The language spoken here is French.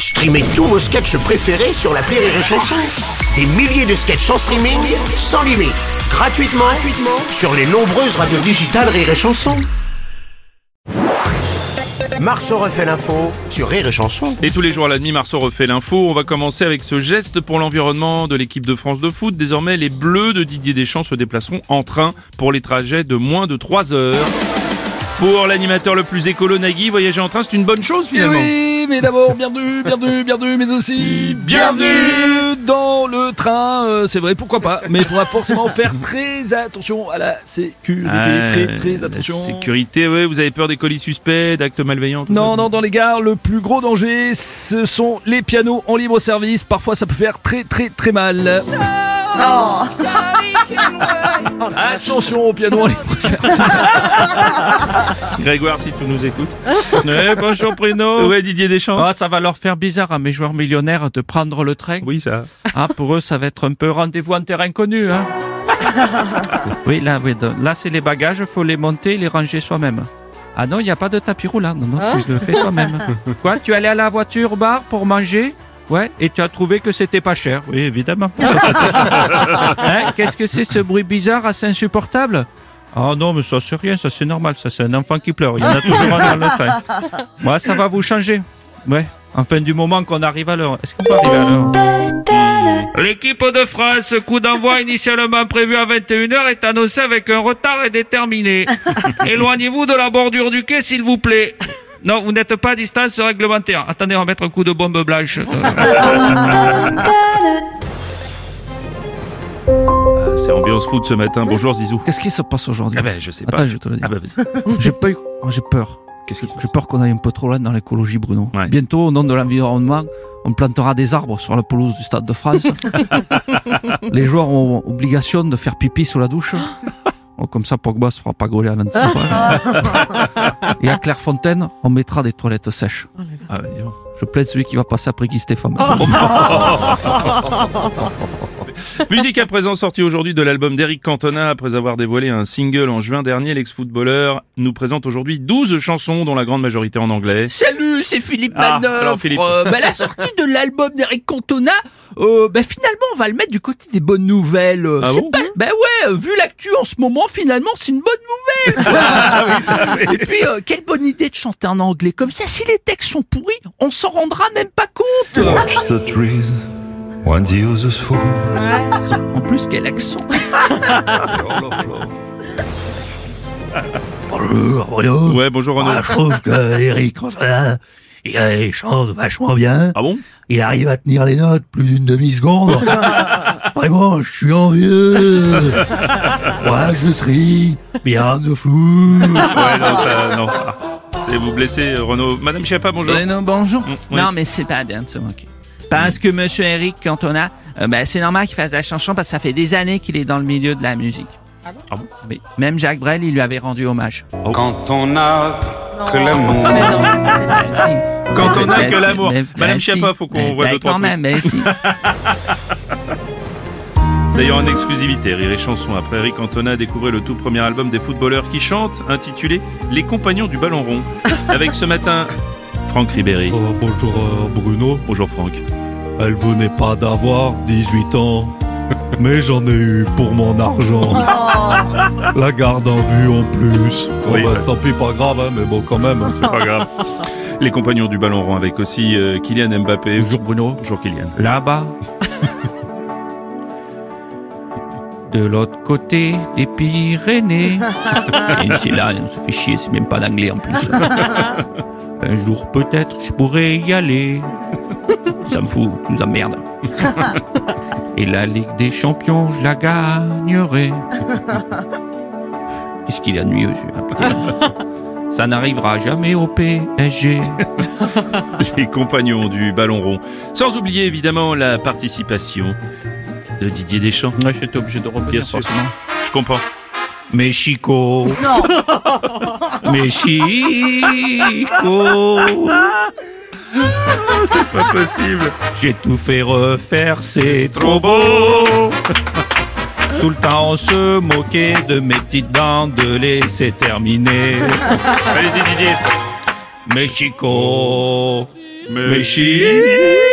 Streamez tous vos sketchs préférés sur l'appli Rire et Chanson. Des milliers de sketchs en streaming, sans limite, gratuitement sur les nombreuses radios digitales Rire et Chanson. Marceau refait l'info sur Rire et Chanson. Et tous les jours à la demi, Marceau refait l'info. On va commencer avec ce geste pour l'environnement de l'équipe de France de foot. Désormais, les Bleus de Didier Deschamps se déplaceront en train pour les trajets de moins de 3 heures. Pour l'animateur le plus écolo, Nagui, voyager en train, c'est une bonne chose finalement. Oui, mais d'abord, bienvenue, mais aussi bienvenue dans le train. C'est vrai, pourquoi pas, mais il faudra forcément faire très attention à la sécurité. Très attention. Sécurité, ouais, vous avez peur des colis suspects, d'actes malveillants, tout ça. Non, dans les gares, le plus gros danger, ce sont les pianos en libre service. Parfois, ça peut faire très mal. Attention au piano en libre service. Grégoire, si tu nous écoutes. Bonjour Bruno. Ouais, Didier Deschamps. Ah, ça va leur faire bizarre à mes joueurs millionnaires de prendre le train. Oui, ça. Ah, pour eux, ça va être un peu rendez-vous en terrain connu, hein. Oui, là, c'est les bagages, faut les monter et les ranger soi-même. Ah non, il n'y a pas de tapis roulant. Non, tu le fais toi-même. Quoi, tu allais à la voiture au bar pour manger? Ouais, et tu as trouvé que c'était pas cher? Oui, évidemment. Hein, qu'est-ce que c'est ce bruit bizarre assez insupportable? Ah non, mais ça c'est rien, ça c'est normal, ça c'est un enfant qui pleure, il y en a toujours un dans le train. Moi, ça va vous changer. Ouais, enfin du moment qu'on arrive à l'heure. Est-ce qu'on peut arriver à l'heure? L'équipe de France, coup d'envoi initialement prévu à 21h, est annoncé avec un retard indéterminé. Éloignez-vous de la bordure du quai, s'il vous plaît. Non, vous n'êtes pas à distance réglementaire. Attendez, on va mettre un coup de bombe blanche. C'est ambiance foot ce matin. Bonjour Zizou. Qu'est-ce qui se passe aujourd'hui? Ah ben, je sais pas. Attends, je vais te le dire. Ah ben, vas-y. J'ai peur. Qu'est-ce qui se passe? J'ai peur qu'on aille un peu trop loin dans l'écologie, Bruno. Ouais. Bientôt, au nom de l'environnement, on plantera des arbres sur la pelouse du Stade de France. Les joueurs ont obligation de faire pipi sous la douche. Oh, comme ça, Pogba se fera pas gauler à l'antipode. Et à Clairefontaine, on mettra des toilettes sèches. Ah ben, dis donc. Je plaide celui qui va passer après Guy Stéphane. Musique à présent sortie aujourd'hui de l'album d'Eric Cantona. Après avoir dévoilé un single en juin dernier, l'ex-footballeur nous présente aujourd'hui 12 chansons dont la grande majorité en anglais. Salut, c'est Philippe Ah, Manœuvre. alors, Philippe. La sortie de l'album d'Eric Cantona, finalement, on va le mettre du côté des bonnes nouvelles. Ah C'est bon pas, vu l'actu en ce moment, finalement, c'est une bonne nouvelle. Ah oui, ça, oui. Et puis, quelle bonne idée de chanter en anglais. Comme ça, si les textes sont pourris, on s'en rendra même pas compte. Watch the trees when the uses full. En plus, quel accent. Bonjour, Bruno. Ouais, bonjour Renaud. Je trouve que Eric Cantona, il chante vachement bien. Ah bon? Il arrive à tenir les notes plus d'une demi-seconde. Vraiment, je suis envieux. Moi, je serai bien de fou. Ouais, non, ça, non. Et vous blessez, Renaud. Madame Chiappa, bonjour. Non, bonjour. Oui. Non, mais c'est pas bien de se moquer. Parce que monsieur Eric Cantona, c'est normal qu'il fasse de la chanson parce que ça fait des années qu'il est dans le milieu de la musique. Ah bon? Oui. Même Jacques Brel, il lui avait rendu hommage. Quand on a que l'amour. Quand on a que l'amour. Mais- Madame si. Chiappa, faut qu'on voit deux, trois quand trucs. même, mais si. D'ailleurs, en exclusivité, Rire et Chanson, après Eric Cantona, découvrez le tout premier album des footballeurs qui chantent, intitulé Les Compagnons du Ballon Rond. Avec ce matin, Franck Ribéry. Bonjour Bruno, Bonjour Franck. elle venait pas d'avoir 18 ans, mais j'en ai eu pour mon argent. La garde en vue en plus. Oui. Tant pis, pas grave, hein, mais bon quand même. C'est pas grave. Les Compagnons du Ballon Rond avec aussi Kylian Mbappé. Bonjour Bruno. Bonjour Kylian. Là-bas. De l'autre côté des Pyrénées. Et c'est là, on se fait chier, c'est même pas d'anglais en plus. Un jour peut-être je pourrais y aller. Ça me fout, tu nous emmerdes. Et la Ligue des Champions, je la gagnerai. Qu'est-ce qu'il y a de mieux, celui-là? Ça n'arrivera jamais au PSG. Les Compagnons du Ballon Rond. Sans oublier évidemment la participation de Didier Deschamps. Ouais, j'étais obligé de revenir Bien sûr. forcément. Je comprends. Mais Chico. Mais Chico. C'est pas possible. J'ai tout fait refaire, c'est trop beau. Tout le temps on se moquait de mes petites dents, de laisser terminer. Allez-y Didier. Mais Chico, me chier.